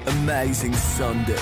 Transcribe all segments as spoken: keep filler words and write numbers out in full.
Amazing Sunday.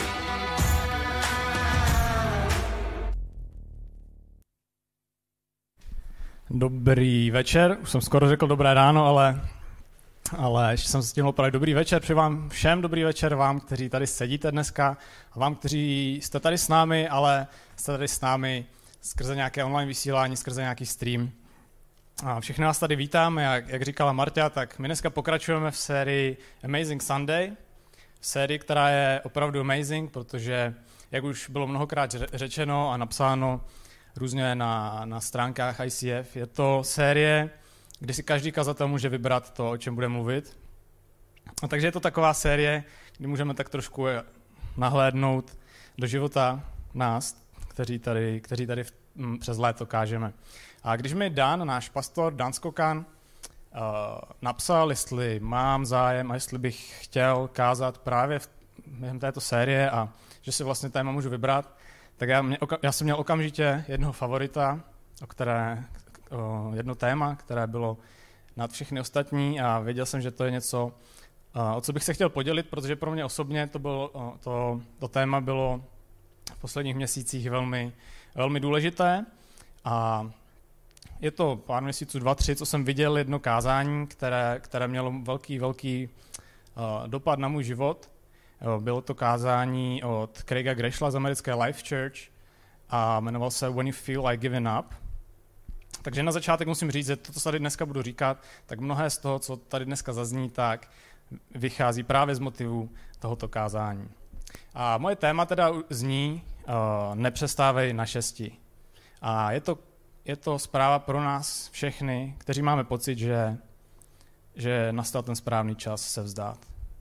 Dobrý večer, už jsem skoro řekl dobré ráno, ale, ale ještě jsem se stihl opravit dobrý večer. Přeji vám všem dobrý večer, vám, kteří tady sedíte dneska, a vám, kteří jste tady s námi, ale jste tady s námi skrze nějaké online vysílání, skrze nějaký stream. A všechny vás tady vítáme, jak, jak říkala Marta, tak my dneska pokračujeme v sérii Amazing Sunday, v sérii, která je opravdu amazing, protože, jak už bylo mnohokrát řečeno a napsáno různě na, na stránkách I C F, je to série, kdy si každý kazatel může vybrat to, o čem bude mluvit. A takže je to taková série, kdy můžeme tak trošku nahlédnout do života nás, kteří tady, kteří tady v, m, přes léto kážeme. A když mi Dan, náš pastor, Dan Skokan, uh, napsal, jestli mám zájem a jestli bych chtěl kázat právě v, během této série a že si vlastně téma můžu vybrat, tak já, mě, já jsem měl okamžitě jednoho favorita, o které, o jedno téma, které bylo nad všechny ostatní, a věděl jsem, že to je něco, o co bych se chtěl podělit, protože pro mě osobně to, bylo, to, to téma bylo v posledních měsících velmi, velmi důležité. A je to pár měsíců, dva, tři, co jsem viděl jedno kázání, které, které mělo velký, velký uh, dopad na můj život. Bylo to kázání od Craiga Greshla z americké Life Church a jmenoval se When You Feel Like Giving Up. Takže na začátek musím říct, že to, co tady dneska budu říkat, tak mnohé z toho, co tady dneska zazní, tak vychází právě z motivu tohoto kázání. A moje téma teda zní uh, nepřestávej na šesti. A je to, je to zpráva pro nás všechny, kteří máme pocit, že, že nastal ten správný čas se vzdát.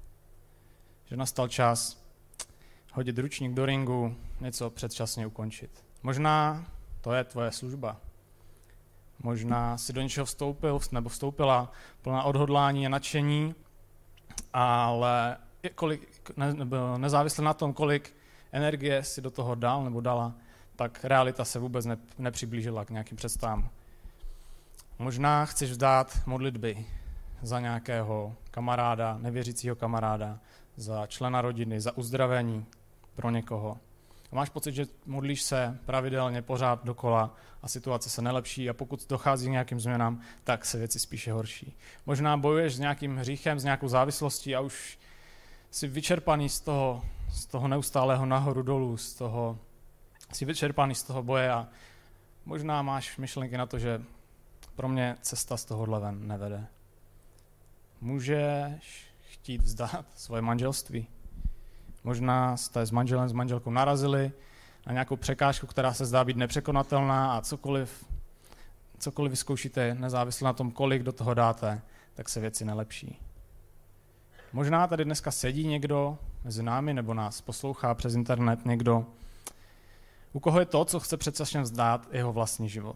Že nastal čas hodit ručník do ringu, něco předčasně ukončit. Možná to je tvoje služba. Možná si do něčeho vstoupil nebo vstoupila plná odhodlání a nadšení, ale kolik, ne, nezávisle na tom, kolik energie si do toho dal nebo dala, tak realita se vůbec ne, nepřiblížila k nějakým představám. Možná chceš vzdát modlitby za nějakého kamaráda, nevěřícího kamaráda, za člena rodiny, za uzdravení pro někoho. A máš pocit, že modlíš se pravidelně pořád dokola a situace se nelepší, a pokud dochází k nějakým změnám, tak se věci spíše horší. Možná bojuješ s nějakým hříchem, s nějakou závislostí a už jsi vyčerpaný z toho, z toho neustálého nahoru dolů, z toho, jsi vyčerpaný z toho boje a možná máš myšlenky na to, že pro mě cesta z tohohle ven nevede. Můžeš chtít vzdát svoje manželství. Možná jste s manželem, s manželkou narazili na nějakou překážku, která se zdá být nepřekonatelná, a cokoliv, cokoliv vyzkoušíte, nezávisle na tom, kolik do toho dáte, tak se věci nelepší. Možná tady dneska sedí někdo mezi námi nebo nás poslouchá přes internet někdo, u koho je to, co chce předčasně vzdát, jeho vlastní život.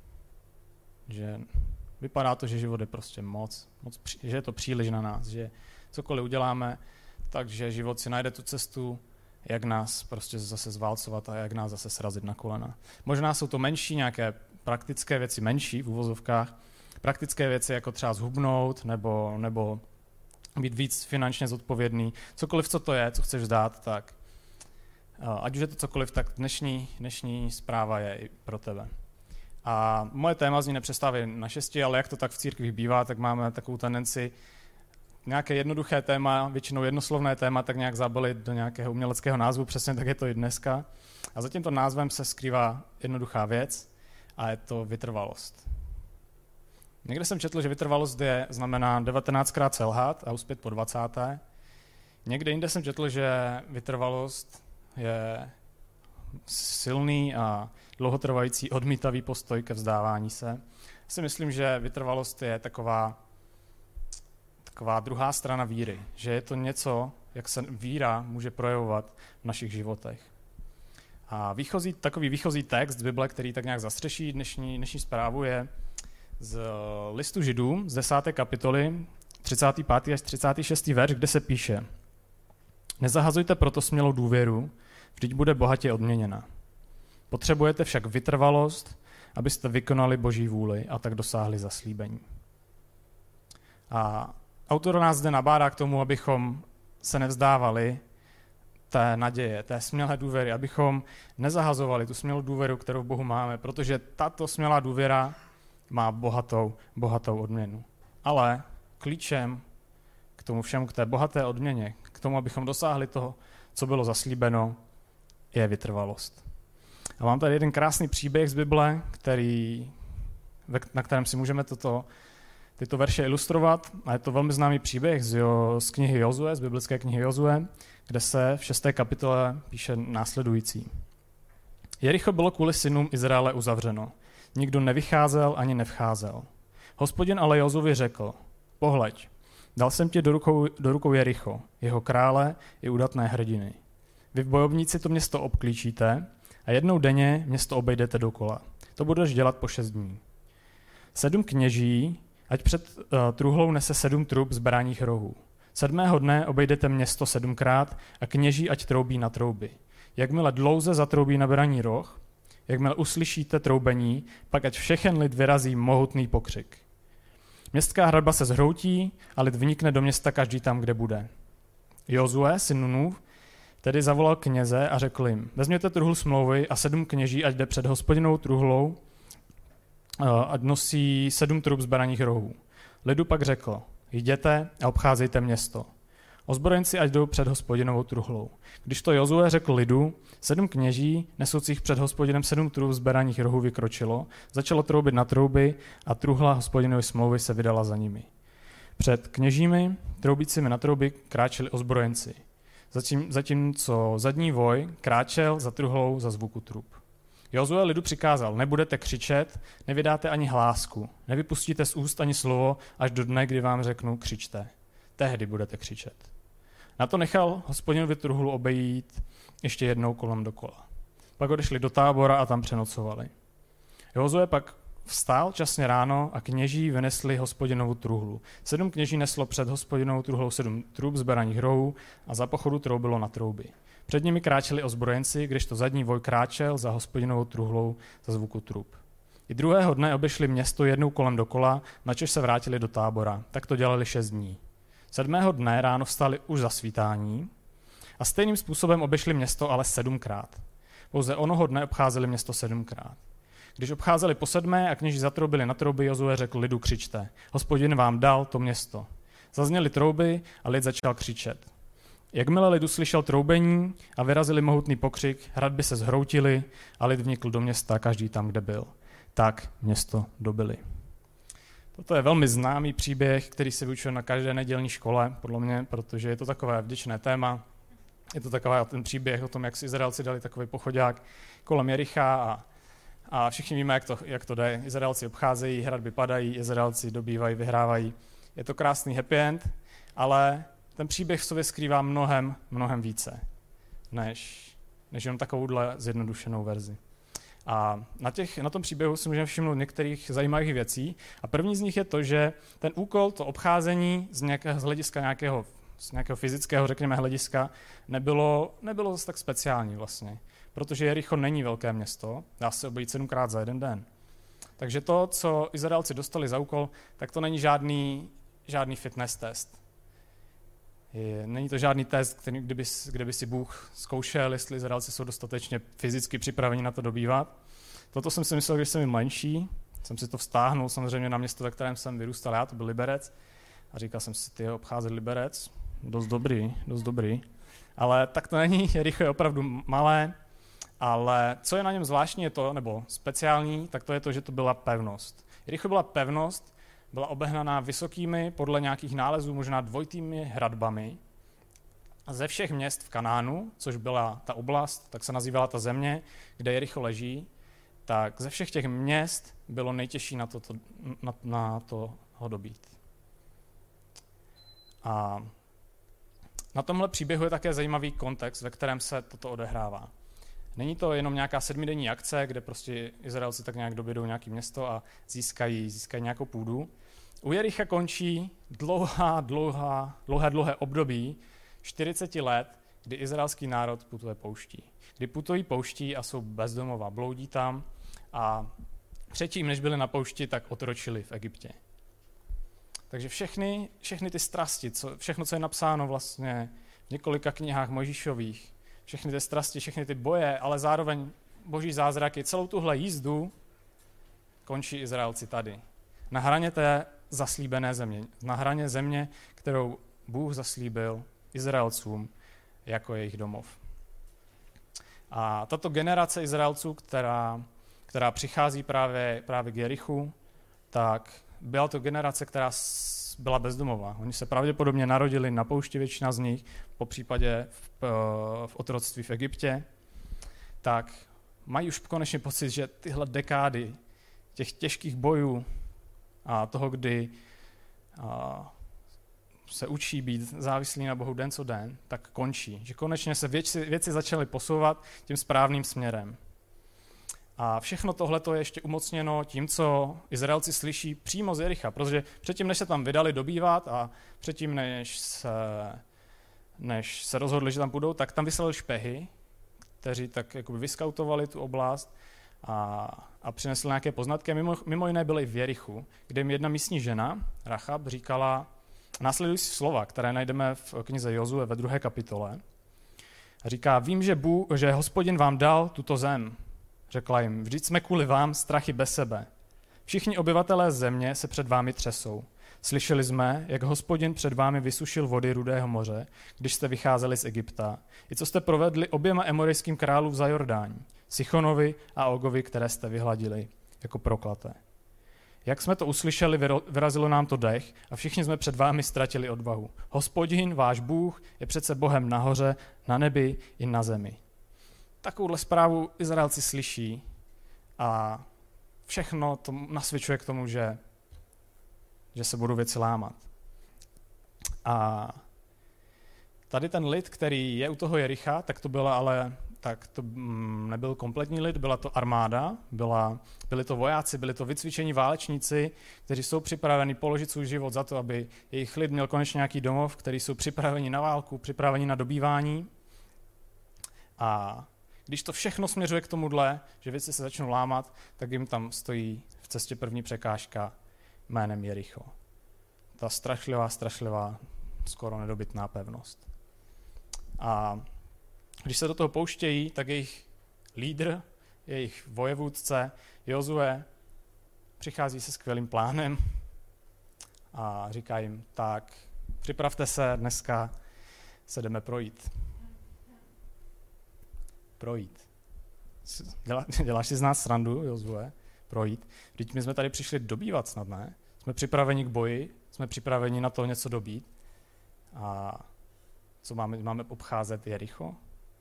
Že vypadá to, že život je prostě moc, moc, že je to příliš na nás, že cokoliv uděláme, takže život si najde tu cestu, jak nás prostě zase zválcovat a jak nás zase srazit na kolena. Možná jsou to menší, nějaké praktické věci, menší v uvozovkách, praktické věci jako třeba zhubnout nebo, nebo být víc finančně zodpovědný. Cokoliv, co to je, co chceš vzdát, tak ať už je to cokoliv, tak dnešní, dnešní zpráva je i pro tebe. A moje téma zní nepřestávej na šesti, ale jak to tak v církvi bývá, tak máme takovou tendenci nějaké jednoduché téma, většinou jednoslovné téma, tak nějak zabalit do nějakého uměleckého názvu, přesně tak je to i dneska. A za tímto názvem se skrývá jednoduchá věc a je to vytrvalost. Někde jsem četl, že vytrvalost je, znamená devatenáctkrát selhat a uspět po dvacáté. Někde jinde jsem četl, že vytrvalost je silný a dlouhotrvající odmítavý postoj ke vzdávání se. Já si myslím, že vytrvalost je taková Taková druhá strana víry, že je to něco, jak se víra může projevovat v našich životech. A výchozí, takový výchozí text z Bible, který tak nějak zastřeší dnešní, dnešní zprávu, je z listu Židům, z desáté kapitoly, třicátý pátý až třicátý šestý verš, kde se píše: Nezahazujte proto smělou důvěru, vždyť bude bohatě odměněna. Potřebujete však vytrvalost, abyste vykonali Boží vůli a tak dosáhli zaslíbení. A autor nás zde nabádá k tomu, abychom se nevzdávali té naděje, té smělé důvěry, abychom nezahazovali tu smělou důvěru, kterou v Bohu máme, protože tato smělá důvěra má bohatou, bohatou odměnu. Ale klíčem k tomu všemu, k té bohaté odměně, k tomu, abychom dosáhli toho, co bylo zaslíbeno, je vytrvalost. A mám tady jeden krásný příběh z Bible, který, na kterém si můžeme toto, tyto verše ilustrovat. A je to velmi známý příběh z, jo, z knihy Jozue, z biblické knihy Jozue, kde se v šesté kapitole píše následující. Jericho bylo kvůli synům Izraele uzavřeno. Nikdo nevycházel ani nevcházel. Hospodin ale Jozuvi řekl, pohleď, dal jsem ti do rukou, do rukou Jericho, jeho krále i udatné hrdiny. Vy bojovníci to město obklíčíte a jednou denně město obejdete dokola. To budeš dělat po šest dní. Sedm kněží, ať před uh, truhlou nese sedm trub z beráních rohů. Sedmého dne obejdete město sedmkrát a kněží ať troubí na trouby. Jakmile dlouze zatroubí na beraní roh, jakmile uslyšíte troubení, pak ať všechen lid vyrazí mohutný pokřik. Městská hradba se zhroutí a lid vnikne do města každý tam, kde bude. Jozue, syn Nunův, tedy zavolal kněze a řekl jim, vezměte truhlu smlouvy a sedm kněží, ať jde před Hospodinovou truhlou, ať nosí sedm trub z beraních rohů. Lidu pak řekl, jděte a obcházejte město. Ozbrojenci ať jdou před Hospodinovou truhlou. Když to Jozue řekl lidu, sedm kněží, nesoucích před Hospodinem sedm trub z beraních rohů, vykročilo, začalo troubit na trouby a truhla Hospodinovy smlouvy se vydala za nimi. Před kněžími, troubícími na trouby, kráčeli ozbrojenci. Zatím, zatímco zadní voj kráčel za truhlou za zvuku trub. Jozue lidu přikázal, nebudete křičet, nevydáte ani hlásku, nevypustíte z úst ani slovo, až do dne, kdy vám řeknu křičte. Tehdy budete křičet. Na to nechal Hospodinovi truhlu obejít ještě jednou kolem dokola. Pak odešli do tábora a tam přenocovali. Jozue pak vstál časně ráno a kněží vynesli Hospodinovu truhlu. Sedm kněží neslo před Hospodinovou truhlou sedm trub z beraních rohů a za pochodu troubilo na trouby. Před nimi kráčeli ozbrojenci, když to zadní voj kráčel za Hospodinovou truhlou za zvuku trub. I druhého dne obešli město jednou kolem dokola, načež se vrátili do tábora. Tak to dělali šest dní. Sedmého dne ráno vstali už za svítání a stejným způsobem obešli město ale sedmkrát. Pouze onoho dne obcházeli město sedmkrát. Když obcházeli po sedmé a kněží zatroubili na trouby, Jozue řekl lidu křičte. Hospodin vám dal to město. Zazněly trouby a lid začal křičet. Jakmile lid uslyšel troubení a vyrazili mohutný pokřik, hradby se zhroutily a lid vnikl do města, každý tam, kde byl. Tak město dobyli. Toto je velmi známý příběh, který se vyučuje na každé nedělní škole, podle mě, protože je to takové vděčné téma. Je to takový ten příběh o tom, jak si Izraelci dali takový pochodák kolem Jericha a, a všichni víme, jak to, jak to jde. Izraelci obcházejí, hradby padají, Izraelci dobývají, vyhrávají. Je to krásný happy end, ale ten příběh v sobě skrývá mnohem, mnohem více, než, než jenom takovouhle zjednodušenou verzi. A na, těch, na tom příběhu si můžeme všimnout některých zajímavých věcí. A první z nich je to, že ten úkol, to obcházení z, nějakého, z hlediska nějakého, z nějakého fyzického, řekněme, hlediska, nebylo, nebylo zase tak speciální vlastně. Protože Jericho není velké město, dá se obejít sedmkrát za jeden den. Takže to, co Izraelci dostali za úkol, tak to není žádný, žádný fitness test. Je, není to žádný test, který, kdyby, kde by si Bůh zkoušel, jestli Izraelci jsou dostatečně fyzicky připraveni na to dobývat. Toto jsem si myslel, když jsem byl menší, jsem si to vztáhnul samozřejmě na město, ve kterém jsem vyrůstal já, to byl Liberec. A říkal jsem si, ty obcházet Liberec, dost dobrý, dost dobrý. Ale tak to není, Jericho je opravdu malé, ale co je na něm zvláštní je to, nebo speciální, tak to je to, že to byla pevnost. Jericho byla pevnost, byla obehnaná vysokými, podle nějakých nálezů možná dvojitými hradbami. A ze všech měst v Kanánu, což byla ta oblast, tak se nazývala ta země, kde Jericho leží, tak ze všech těch měst bylo nejtěžší na to, to, na, na to ho dobít. A na tomhle příběhu je také zajímavý kontext, ve kterém se toto odehrává. Není to jenom nějaká sedmidenní akce, kde prostě Izraelci tak nějak dobědou nějaké město a získají, získají nějakou půdu. U Jericha končí dlouhá, dlouhá, dlouhé, dlouhé období čtyřicet let, kdy izraelský národ putuje pouští. Kdy putují pouští a jsou bezdomová, bloudí tam a předtím, než byli na poušti, tak otročili v Egyptě. Takže všechny, všechny ty strasti, co, všechno, co je napsáno vlastně v několika knihách Mojžíšových, všechny ty strasti, všechny ty boje, ale zároveň boží zázraky, celou tuhle jízdu končí Izraelci tady. Na hraně té zaslíbené země. Na hraně země, kterou Bůh zaslíbil Izraelcům jako jejich domov. A tato generace Izraelců, která, která přichází právě, právě k Jerichu, tak byla to generace, která byla bezdomová. Oni se pravděpodobně narodili na poušti, většina z nich, po případě v, v otroctví v Egyptě, tak mají už konečně pocit, že tyhle dekády těch těžkých bojů a toho, kdy a, se učí být závislí na Bohu den co den, tak končí. Že konečně se věci, věci začaly posouvat tím správným směrem. A všechno tohle je ještě umocněno tím, co Izraelci slyší přímo z Jericha, protože předtím, než se tam vydali dobývat a předtím, než se, než se rozhodli, že tam půjdou, tak tam vyslali špehy, kteří tak jakoby vyskautovali tu oblast a, a přinesli nějaké poznatky. Mimo, mimo jiné byli v Jerichu, kde jim jedna místní žena, Rachab, říkala následující slova, které najdeme v knize Jozue ve druhé kapitole. A říká, vím, že, Bůh, že Hospodin vám dal tuto zem. Řekla jim, vždyť jsme kvůli vám strachy bez sebe. Všichni obyvatelé země se před vámi třesou. Slyšeli jsme, jak Hospodin před vámi vysušil vody Rudého moře, když jste vycházeli z Egypta, i co jste provedli oběma emorejským králům za Jordání, Sichonovi a Ogovi, které jste vyhladili jako proklaté. Jak jsme to uslyšeli, vyrazilo nám to dech a všichni jsme před vámi ztratili odvahu. Hospodin, váš Bůh, je přece Bohem nahoře, na nebi i na zemi. Takovouhle zprávu Izraelci slyší a všechno to nasvědčuje k tomu, že, že se budou věci lámat. A tady ten lid, který je u toho Jericha, tak to byla ale tak to nebyl kompletní lid, byla to armáda, byla, byli to vojáci, byli to vycvičení válečníci, kteří jsou připraveni položit svůj život za to, aby jejich lid měl konečně nějaký domov, kteří jsou připraveni na válku, připraveni na dobývání. A když to všechno směřuje k tomuhle, že věci se začnou lámat, tak jim tam stojí v cestě první překážka jménem Jericho. Ta strašlivá, strašlivá, skoro nedobytná pevnost. A když se do toho pouštějí, tak jejich lídr, jejich vojevůdce Jozue přichází se skvělým plánem a říká jim, tak připravte se, dneska se jdeme projít. Projít. Dělá, děláš si z nás srandu, Jozue? Projít. Vždyť my jsme tady přišli dobývat snad, ne? Jsme připraveni k boji, jsme připraveni na to něco dobít. A co máme? Máme obcházet Jericho?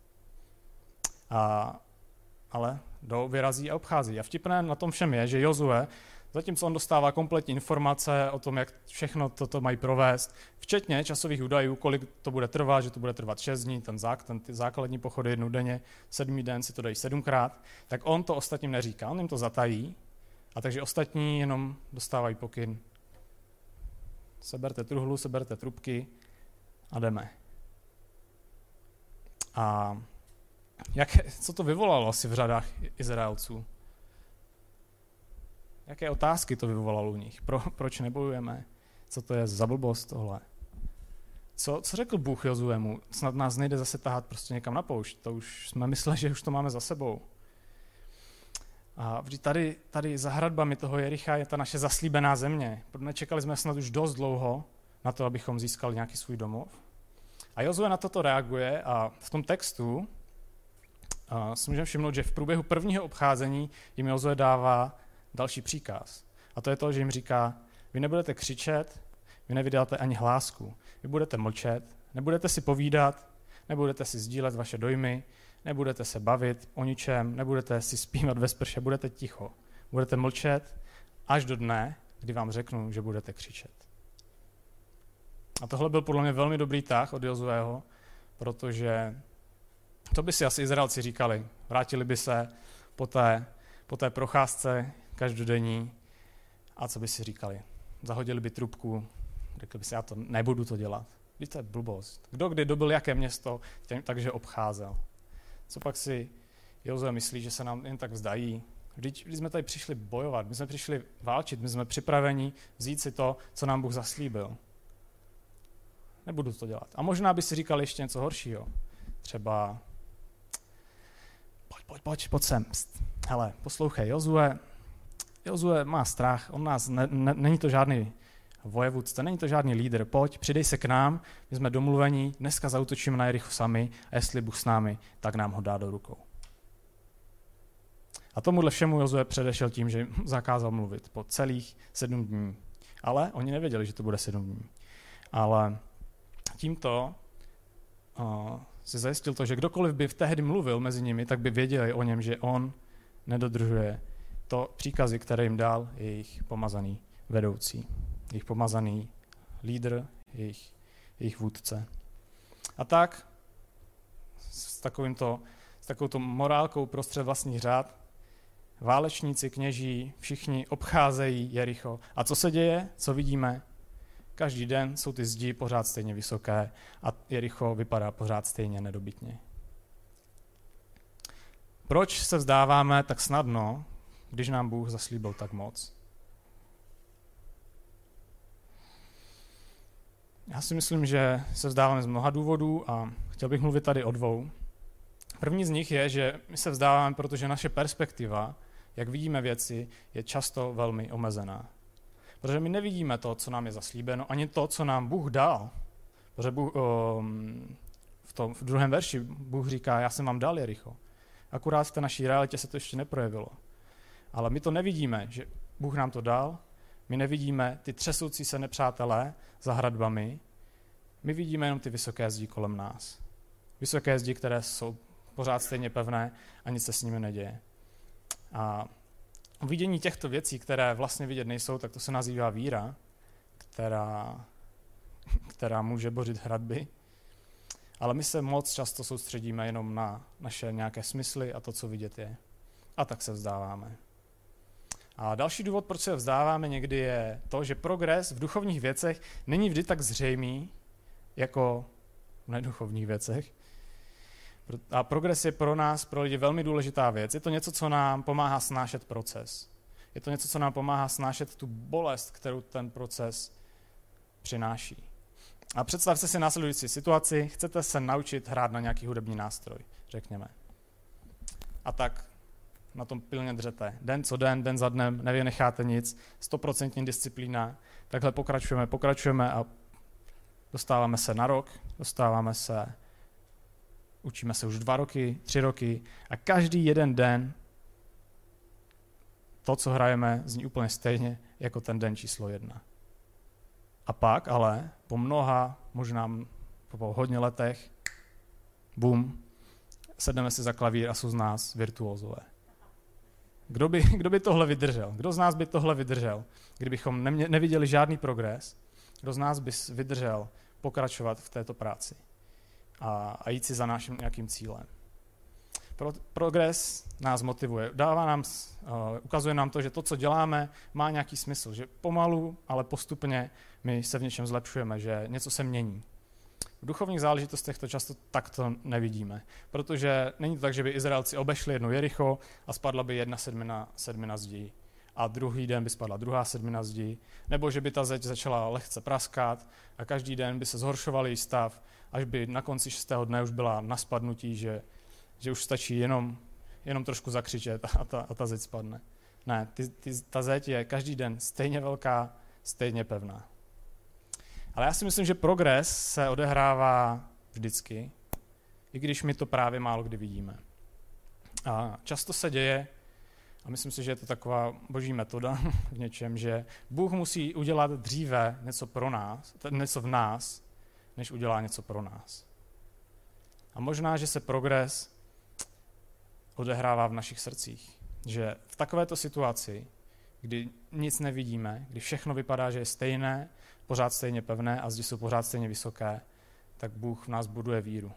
A, ale jdou, vyrazí a obchází. A vtipné na tom všem je, že Jozue, zatímco on dostává kompletní informace o tom, jak všechno toto mají provést, včetně časových údajů, kolik to bude trvat, že to bude trvat šest dní, ten, zák, ten ty základní pochody jednou denně, sedmý den si to dají sedmkrát, tak on to ostatním neříká, on jim to zatají, a takže ostatní jenom dostávají pokyn. Seberte truhlu, seberte trubky a jdeme. A jak, co to vyvolalo asi v řadách Izraelců? Jaké otázky to vyvolalo u nich? Pro, proč nebojujeme? Co to je za blbost tohle? Co, co řekl Bůh Jozuemu? Snad nás nejde zase tahat prostě někam na poušť. To už jsme mysleli, že už to máme za sebou. A vždyť tady, tady za hradbami toho Jericha je ta naše zaslíbená země. Nečekali jsme snad už dost dlouho na to, abychom získali nějaký svůj domov. A Jozue na toto reaguje a v tom textu a si můžeme všimnout, že v průběhu prvního obcházení jim Jozue dává další příkaz. A to je to, že jim říká, vy nebudete křičet, vy nevydáte ani hlásku. Vy budete mlčet, nebudete si povídat, nebudete si sdílet vaše dojmy, nebudete se bavit o ničem, nebudete si zpívat ve sprše, budete ticho. Budete mlčet až do dne, kdy vám řeknu, že budete křičet. A tohle byl podle mě velmi dobrý tah od Jozueho, protože to by si asi Izraelci říkali. Vrátili by se po té, po té procházce každodenní a co by si říkali? Zahodili by trubku, řekli by si, já to nebudu to dělat. Víte, to je blbost. Kdo kdy dobil jaké město, takže obcházel. Co pak si Jozue myslí, že se nám jen tak vzdají? Vždyť, vždyť jsme tady přišli bojovat, my jsme přišli válčit, my jsme připraveni vzít si to, co nám Bůh zaslíbil. Nebudu to dělat. A možná by si říkal ještě něco horšího. Třeba pojď, pojď, pojď sem. Pst. Hele, poslouchej, Jozue, Jozue má strach, on nás, ne, ne, není to žádný vojevůdce, není to žádný lídr, pojď, přidej se k nám, my jsme domluvení, dneska zaútočíme na Jericho sami a jestli Bůh s námi, tak nám ho dá do rukou. A tomuhle všemu Jozue předešel tím, že zakázal mluvit po celých sedm dní. Ale oni nevěděli, že to bude sedm dní. Ale tímto uh, si zajistil to, že kdokoliv by v tehdy mluvil mezi nimi, tak by věděli o něm, že on nedodržuje to příkazy, které jim dal jejich pomazaný vedoucí, jejich pomazaný lídr, jejich, jejich vůdce. A tak s, takovýmto, s takovouto morálkou prostřed vlastních řád válečníci, kněží, všichni obcházejí Jericho. A co se děje? Co vidíme? Každý den jsou ty zdi pořád stejně vysoké a Jericho vypadá pořád stejně nedobytně. Proč se vzdáváme tak snadno, když nám Bůh zaslíbil tak moc? Já si myslím, že se vzdáváme z mnoha důvodů a chtěl bych mluvit tady o dvou. První z nich je, že my se vzdáváme, protože naše perspektiva, jak vidíme věci, je často velmi omezená. Protože my nevidíme to, co nám je zaslíbeno, ani to, co nám Bůh dal. Protože Bůh, um, v, tom, v druhém verši Bůh říká, já jsem vám dal Jericho. Akurát v té naší realitě se to ještě neprojevilo. Ale my to nevidíme, že Bůh nám to dal, my nevidíme ty třesoucí se nepřátelé za hradbami, my vidíme jenom ty vysoké zdi kolem nás. Vysoké zdi, které jsou pořád stejně pevné a nic se s nimi neděje. A vidění těchto věcí, které vlastně vidět nejsou, tak to se nazývá víra, která, která může bořit hradby. Ale my se moc často soustředíme jenom na naše nějaké smysly a to, co vidět je. A tak se vzdáváme. A další důvod, proč se vzdáváme někdy, je to, že progres v duchovních věcech není vždy tak zřejmý, jako v neduchovních věcech. A progres je pro nás, pro lidi, velmi důležitá věc. Je to něco, co nám pomáhá snášet proces. Je to něco, co nám pomáhá snášet tu bolest, kterou ten proces přináší. A představte si následující situaci. Chcete se naučit hrát na nějaký hudební nástroj, řekněme. A tak na tom pilně dřete. Den co den, den za dnem, nevynecháte nic, stoprocentní disciplína. Takhle pokračujeme, pokračujeme a dostáváme se na rok, dostáváme se, učíme se už dva roky, tři roky a každý jeden den to, co hrajeme, zní úplně stejně jako ten den číslo jedna. A pak ale po mnoha, možná po hodně letech, bum, sedneme si za klavír a jsou z nás virtuózové. Kdo by, kdo by tohle vydržel? Kdo z nás by tohle vydržel, kdybychom nemě, neviděli žádný progres? Kdo z nás by vydržel pokračovat v této práci a, a jít si za naším nějakým cílem? Pro, progres nás motivuje, dává nám, uh, ukazuje nám to, že to, co děláme, má nějaký smysl, že pomalu, ale postupně my se v něčem zlepšujeme, že něco se mění. V duchovních záležitostech to často takto nevidíme, protože není to tak, že by Izraelci obešli jedno Jericho a spadla by jedna sedmina, sedmina zdí a druhý den by spadla druhá sedmina zdí, nebo že by ta zeď začala lehce praskat a každý den by se zhoršoval její stav, až by na konci šestého dne už byla na spadnutí, že, že už stačí jenom, jenom trošku zakřičet a ta, a ta zeď spadne. Ne, ty, ty, ta zeď je každý den stejně velká, stejně pevná. Ale já si myslím, že progres se odehrává vždycky, i když my to právě málo kdy vidíme. A často se děje, a myslím si, že je to taková boží metoda v něčem, že Bůh musí udělat dříve něco pro nás, něco v nás, než udělá něco pro nás. A možná, že se progres odehrává v našich srdcích. Že v takovéto situaci, kdy nic nevidíme, kdy všechno vypadá, že je stejné, pořád stejně pevné a zdi jsou pořád stejně vysoké, tak Bůh v nás buduje víru.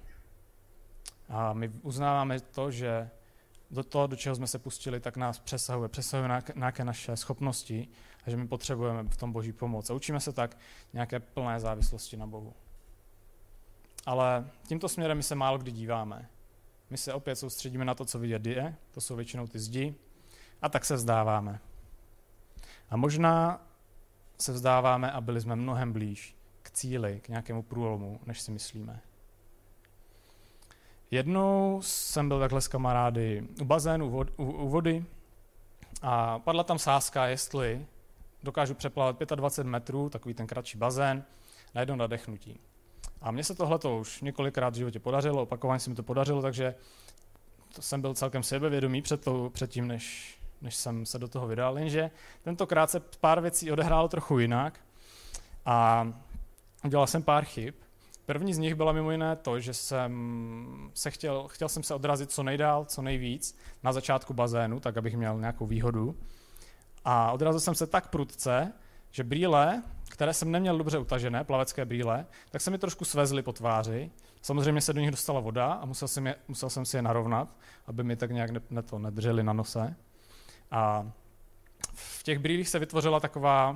A my uznáváme to, že do toho, do čeho jsme se pustili, tak nás přesahuje, přesahuje nějaké naše schopnosti a že my potřebujeme v tom Boží pomoc. A učíme se tak nějaké plné závislosti na Bohu. Ale tímto směrem my se málo kdy díváme. My se opět soustředíme na to, co vidět je, to jsou většinou ty zdi, a tak se vzdáváme. A možná se vzdáváme a byli jsme mnohem blíž k cíli, k nějakému průlomu, než si myslíme. Jednou jsem byl takhle s kamarády u bazénu, u, u vody a padla tam sázka, jestli dokážu přeplavat dvacet pět metrů, takový ten kratší bazén, na jedno nadechnutí. A mně se tohleto už několikrát v životě podařilo, opakovaně se mi to podařilo, takže to jsem byl celkem sebevědomý před, to, před tím, než, než jsem se do toho vydal, jenže tentokrát se pár věcí odehrálo trochu jinak a udělal jsem pár chyb. První z nich byla mimo jiné to, že jsem se chtěl, chtěl jsem se odrazit co nejdál, co nejvíc na začátku bazénu, tak abych měl nějakou výhodu. A odrazil jsem se tak prudce, že brýle, které jsem neměl dobře utažené, plavecké brýle, tak se mi trošku svezly po tváři. Samozřejmě se do nich dostala voda a musel jsem, je, musel jsem si je narovnat, aby mi tak nějak ne, ne to nedrželi na nose. A v těch brýlích se vytvořila taková,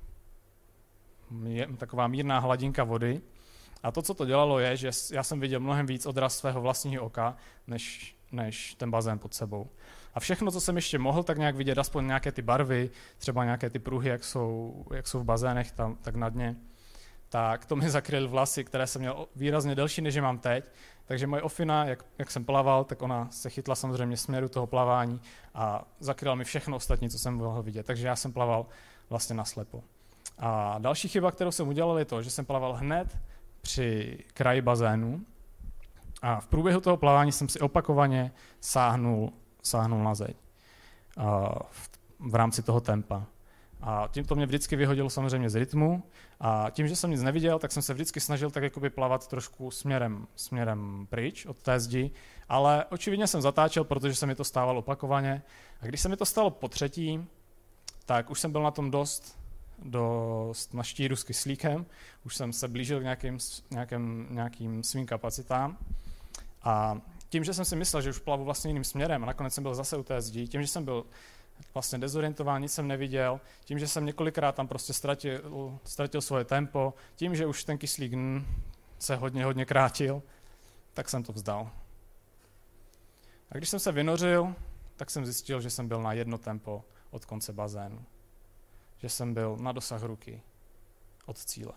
je, taková mírná hladinka vody. A to, co to dělalo, je, že já jsem viděl mnohem víc odraz svého vlastního oka, než, než ten bazén pod sebou. A všechno, co jsem ještě mohl, tak nějak vidět, aspoň nějaké ty barvy, třeba nějaké ty pruhy, jak jsou, jak jsou v bazénech, tam, tak na dně, tak to mi zakryl vlasy, které jsem měl výrazně delší, než je mám teď. Takže moje ofina, jak, jak jsem plaval, tak ona se chytla samozřejmě směru toho plavání a zakryla mi všechno ostatní, co jsem mohl vidět. Takže já jsem plaval vlastně naslepo. A další chyba, kterou jsem udělal, je to, že jsem plaval hned při kraji bazénu a v průběhu toho plavání jsem si opakovaně sáhnul, sáhnul na zeď v, v rámci toho tempa. A tím to mě vždycky vyhodilo samozřejmě z rytmu a tím, že jsem nic neviděl, tak jsem se vždycky snažil tak jakoby plavat trošku směrem, směrem pryč od té zdi, ale očividně jsem zatáčel, protože se mi to stávalo opakovaně. A když se mi to stalo po třetí, tak už jsem byl na tom dost, dost na štíru s kyslíkem, už jsem se blížil k nějakým, nějakým, nějakým svým kapacitám a tím, že jsem si myslel, že už plavu vlastně jiným směrem a nakonec jsem byl zase u té zdi, tím, že jsem byl vlastně dezorientován, nic jsem neviděl, tím, že jsem několikrát tam prostě ztratil, ztratil svoje tempo, tím, že už ten kyslík se hodně, hodně krátil, tak jsem to vzdal. A když jsem se vynořil, tak jsem zjistil, že jsem byl na jedno tempo od konce bazénu. Že jsem byl na dosah ruky od cíle.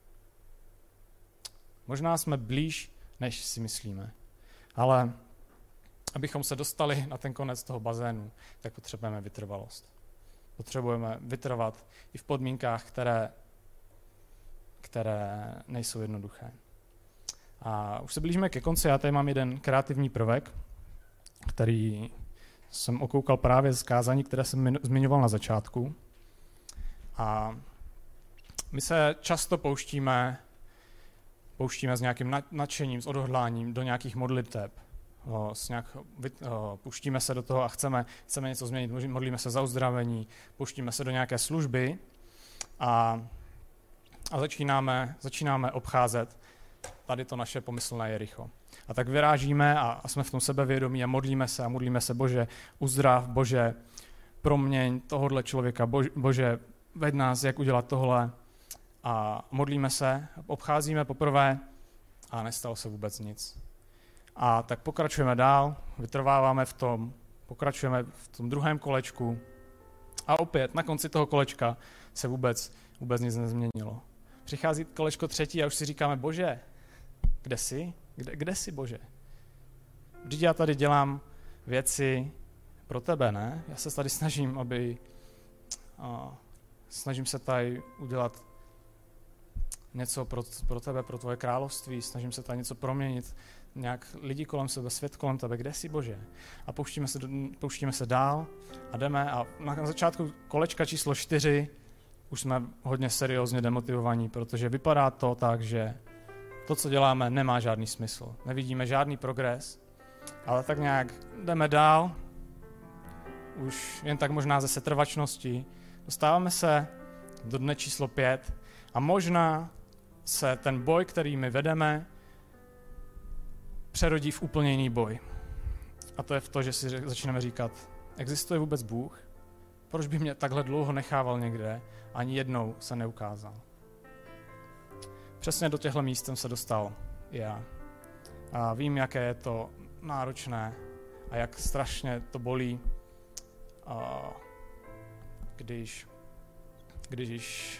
Možná jsme blíž, než si myslíme, ale abychom se dostali na ten konec toho bazénu, tak potřebujeme vytrvalost. Potřebujeme vytrvat i v podmínkách, které, které nejsou jednoduché. A už se blížíme ke konci, já tady mám jeden kreativní prvek, který jsem okoukal právě z kázání, které jsem zmiňoval na začátku. A my se často pouštíme, pouštíme s nějakým nadšením, s odhodláním do nějakých modliteb. S nějak, pouštíme se do toho a chceme, chceme něco změnit, modlíme se za uzdravení, pouštíme se do nějaké služby a, a začínáme, začínáme obcházet tady to naše pomyslné Jericho. A tak vyrážíme a, a jsme v tom sebevědomí a modlíme se a modlíme se, Bože, uzdrav, Bože, proměň tohodle člověka, Bože, Bože, veď nás, jak udělat tohle. A modlíme se, obcházíme poprvé a nestalo se vůbec nic. A tak pokračujeme dál, vytrváváme v tom, pokračujeme v tom druhém kolečku a opět na konci toho kolečka se vůbec, vůbec nic nezměnilo. Přichází kolečko třetí a už si říkáme, Bože, kde jsi? Kde, kde jsi, Bože? Vždyť já tady dělám věci pro tebe, ne? Já se tady snažím, aby... A, snažím se tady udělat něco pro, pro tebe, pro tvoje království, snažím se tady něco proměnit, nějak lidi kolem sebe, svět kolem tebe, kde jsi, Bože? A pouštíme se, pouštíme se dál a jdeme a na začátku kolečka číslo čtyři už jsme hodně seriózně demotivovaní, protože vypadá to tak, že to, co děláme, nemá žádný smysl. Nevidíme žádný progres, ale tak nějak jdeme dál, už jen tak možná ze setrvačnosti, dostáváme se do dne číslo pět a možná se ten boj, který my vedeme, přerodí v úplně jiný boj. A to je v to, že si začínáme říkat, existuje vůbec Bůh? Proč by mě takhle dlouho nechával někde? Ani jednou se neukázal. Přesně do těchto míst jsem se dostal i já. A vím, jaké je to náročné a jak strašně to bolí, když, když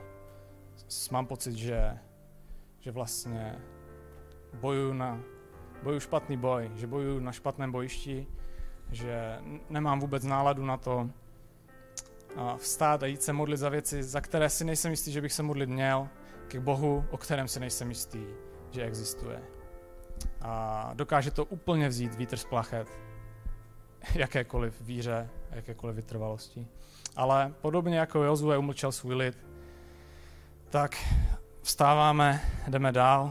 mám pocit, že, že vlastně bojuju na, bojuju špatný boj, že bojuju na špatném bojišti, že nemám vůbec náladu na to vstát a jít se modlit za věci, za které si nejsem jistý, že bych se modlit měl, k Bohu, o kterém si nejsem jistý, že existuje. A dokáže to úplně vzít vítr z plachet, jakékoliv víře, jakékoliv vytrvalosti. Ale podobně jako Jozue umlčel svůj lid, tak vstáváme, jdeme dál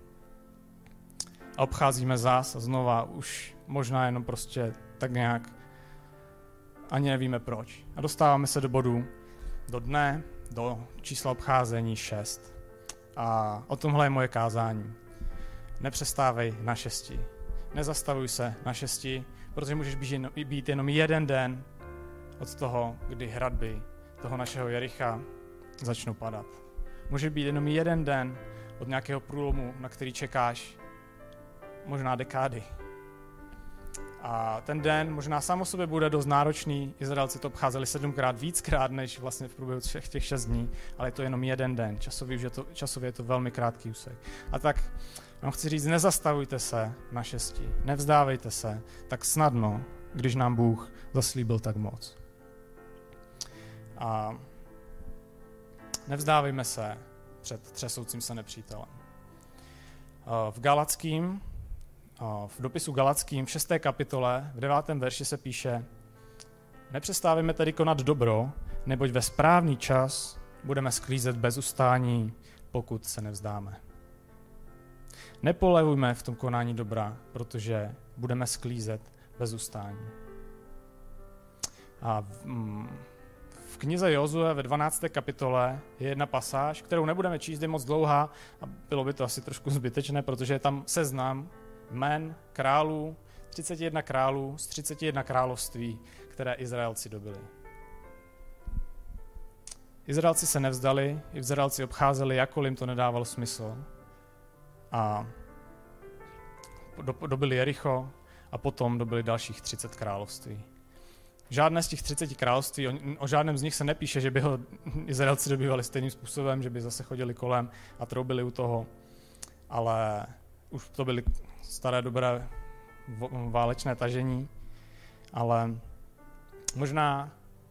a obcházíme zás a znova už možná jenom prostě tak nějak ani nevíme proč. A dostáváme se do bodu, do dne, do čísla obcházení šest. A o tomhle je moje kázání. Nepřestávej na šesti. Nezastavuj se na šesti, protože můžeš být jenom jeden den od toho, kdy hradby toho našeho Jericha začnou padat. Může být jenom jeden den od nějakého průlomu, na který čekáš možná dekády. A ten den možná sám o sobě bude dost náročný. Izraelci to obcházeli sedmkrát víckrát, než vlastně v průběhu všech těch šest dní, ale je to jenom jeden den. Časově, je to, časově je to velmi krátký úsek. A tak vám chci říct, nezastavujte se na šesti, nevzdávejte se tak snadno, když nám Bůh zaslíbil tak moc. A nevzdávejme se před třesoucím se nepřítelem. V Galackým, v dopisu Galackým v šesté kapitole v devátém verši se píše: Nepřestávejme tedy konat dobro, neboť ve správný čas budeme sklízet bez ustání, pokud se nevzdáme. Nepolevujme v tom konání dobra, protože budeme sklízet bez ustání. A v, mm, v knize Jozue ve dvanácté kapitole je jedna pasáž, kterou nebudeme číst, je moc dlouhá a bylo by to asi trošku zbytečné, protože je tam seznam jmen králů, třicet jedna králů z třicet jedna království, které Izraelci dobili. Izraelci se nevzdali, Izraelci obcházeli, jakkoliv jim to nedávalo smysl. A dobili Jericho a potom dobili dalších třicet království. Žádné z těch třiceti království, o, o žádném z nich se nepíše, že by ho Izraelci dobývali stejným způsobem, že by zase chodili kolem a troubili u toho, ale už to byly staré dobré válečné tažení, ale možná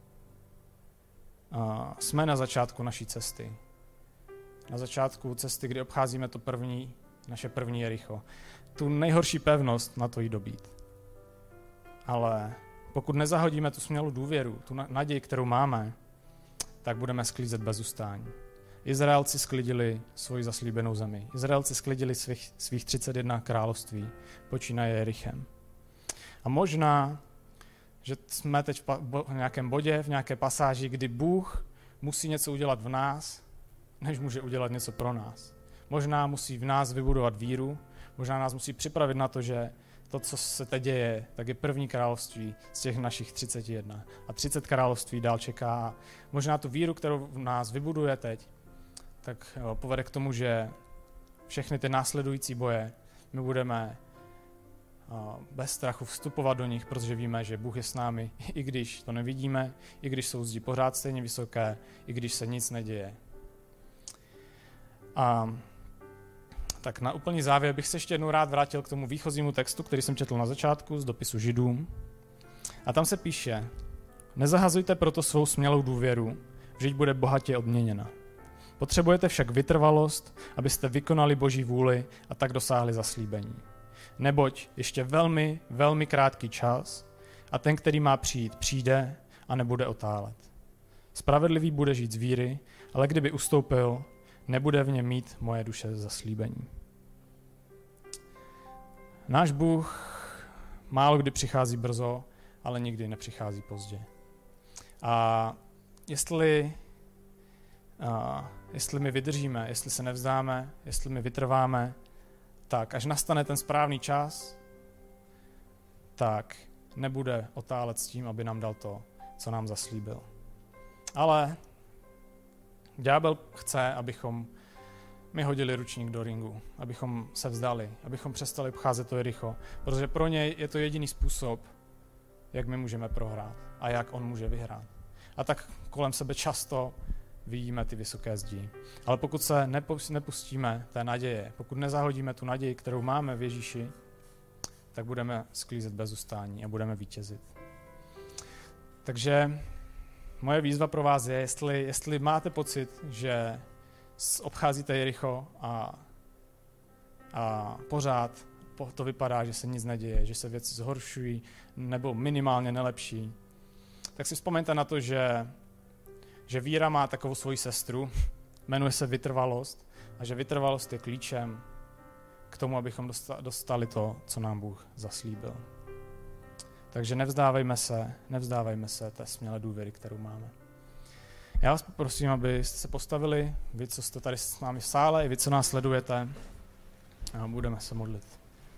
uh, jsme na začátku naší cesty. Na začátku cesty, kdy obcházíme to první, naše první Jericho. Tu nejhorší pevnost na to jí dobít. Ale pokud nezahodíme tu smělou důvěru, tu naději, kterou máme, tak budeme sklízet bez ustání. Izraelci sklidili svoji zaslíbenou zemi. Izraelci sklidili svých, svých třicet jedna království, počínaje Jerichem. A možná, že jsme teď v, pa, bo, v nějakém bodě, v nějaké pasáži, kdy Bůh musí něco udělat v nás, než může udělat něco pro nás. Možná musí v nás vybudovat víru, možná nás musí připravit na to, že to, co se teď děje, tak je první království z těch našich třicet jedna. A třicet království dál čeká. Možná tu víru, kterou v nás vybuduje teď, tak jo, povede k tomu, že všechny ty následující boje my budeme a, bez strachu vstupovat do nich, protože víme, že Bůh je s námi, i když to nevidíme, i když jsou zdi pořád stejně vysoké, i když se nic neděje. A tak na úplný závěr bych se ještě jednou rád vrátil k tomu výchozímu textu, který jsem četl na začátku z dopisu Židům. A tam se píše: Nezahazujte proto svou smělou důvěru, vždyť bude bohatě odměněna. Potřebujete však vytrvalost, abyste vykonali Boží vůli a tak dosáhli zaslíbení. Neboť ještě velmi, velmi krátký čas a ten, který má přijít, přijde a nebude otálet. Spravedlivý bude žít z víry, ale kdyby ustoupil, nebude v něm mít moje duše zaslíbení. Náš Bůh málo kdy přichází brzo, ale nikdy nepřichází pozdě. A jestli, a jestli my vydržíme, jestli se nevzdáme, jestli my vytrváme, tak až nastane ten správný čas, tak nebude otálet s tím, aby nám dal to, co nám zaslíbil. Ale ďábel chce, abychom my hodili ručník do ringu, abychom se vzdali, abychom přestali obcházet to Jericho, protože pro něj je to jediný způsob, jak my můžeme prohrát a jak on může vyhrát. A tak kolem sebe často vidíme ty vysoké zdi. Ale pokud se nepustíme té naděje, pokud nezahodíme tu naději, kterou máme v Ježíši, tak budeme sklízet bez ustání a budeme vítězit. Takže moje výzva pro vás je, jestli, jestli máte pocit, že obcházíte Jericho a, a pořád to vypadá, že se nic neděje, že se věci zhoršují nebo minimálně nelepší, tak si vzpomeňte na to, že, že víra má takovou svoji sestru, jmenuje se vytrvalost a že vytrvalost je klíčem k tomu, abychom dostali to, co nám Bůh zaslíbil. Takže nevzdávejme se, nevzdávejme se té smělé důvěry, kterou máme. Já vás poprosím, abyste se postavili, vy, co jste tady s námi v sále, i vy, co nás sledujete, a budeme se modlit.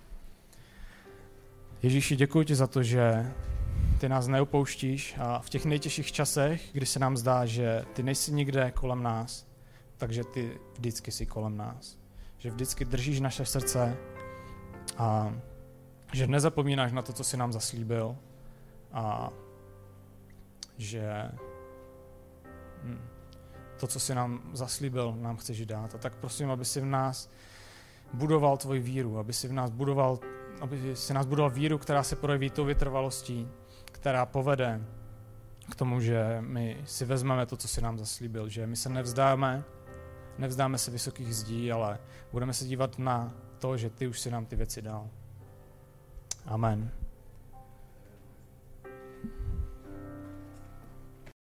Ježíši, děkuji ti za to, že ty nás neopouštíš a v těch nejtěžších časech, kdy se nám zdá, že ty nejsi nikde kolem nás, takže ty vždycky jsi kolem nás. Že vždycky držíš naše srdce a že nezapomínáš na to, co jsi nám zaslíbil a že hm, to, co jsi nám zaslíbil, nám chceš dát. A tak prosím, aby si v nás budoval tvoji víru, aby si v nás budoval, aby si nás budoval víru, která se projeví tou vytrvalostí, která povede k tomu, že my si vezmeme to, co jsi nám zaslíbil, že my se nevzdáme, nevzdáme se vysokých zdí, ale budeme se dívat na to, že ty už si nám ty věci dal. Amen.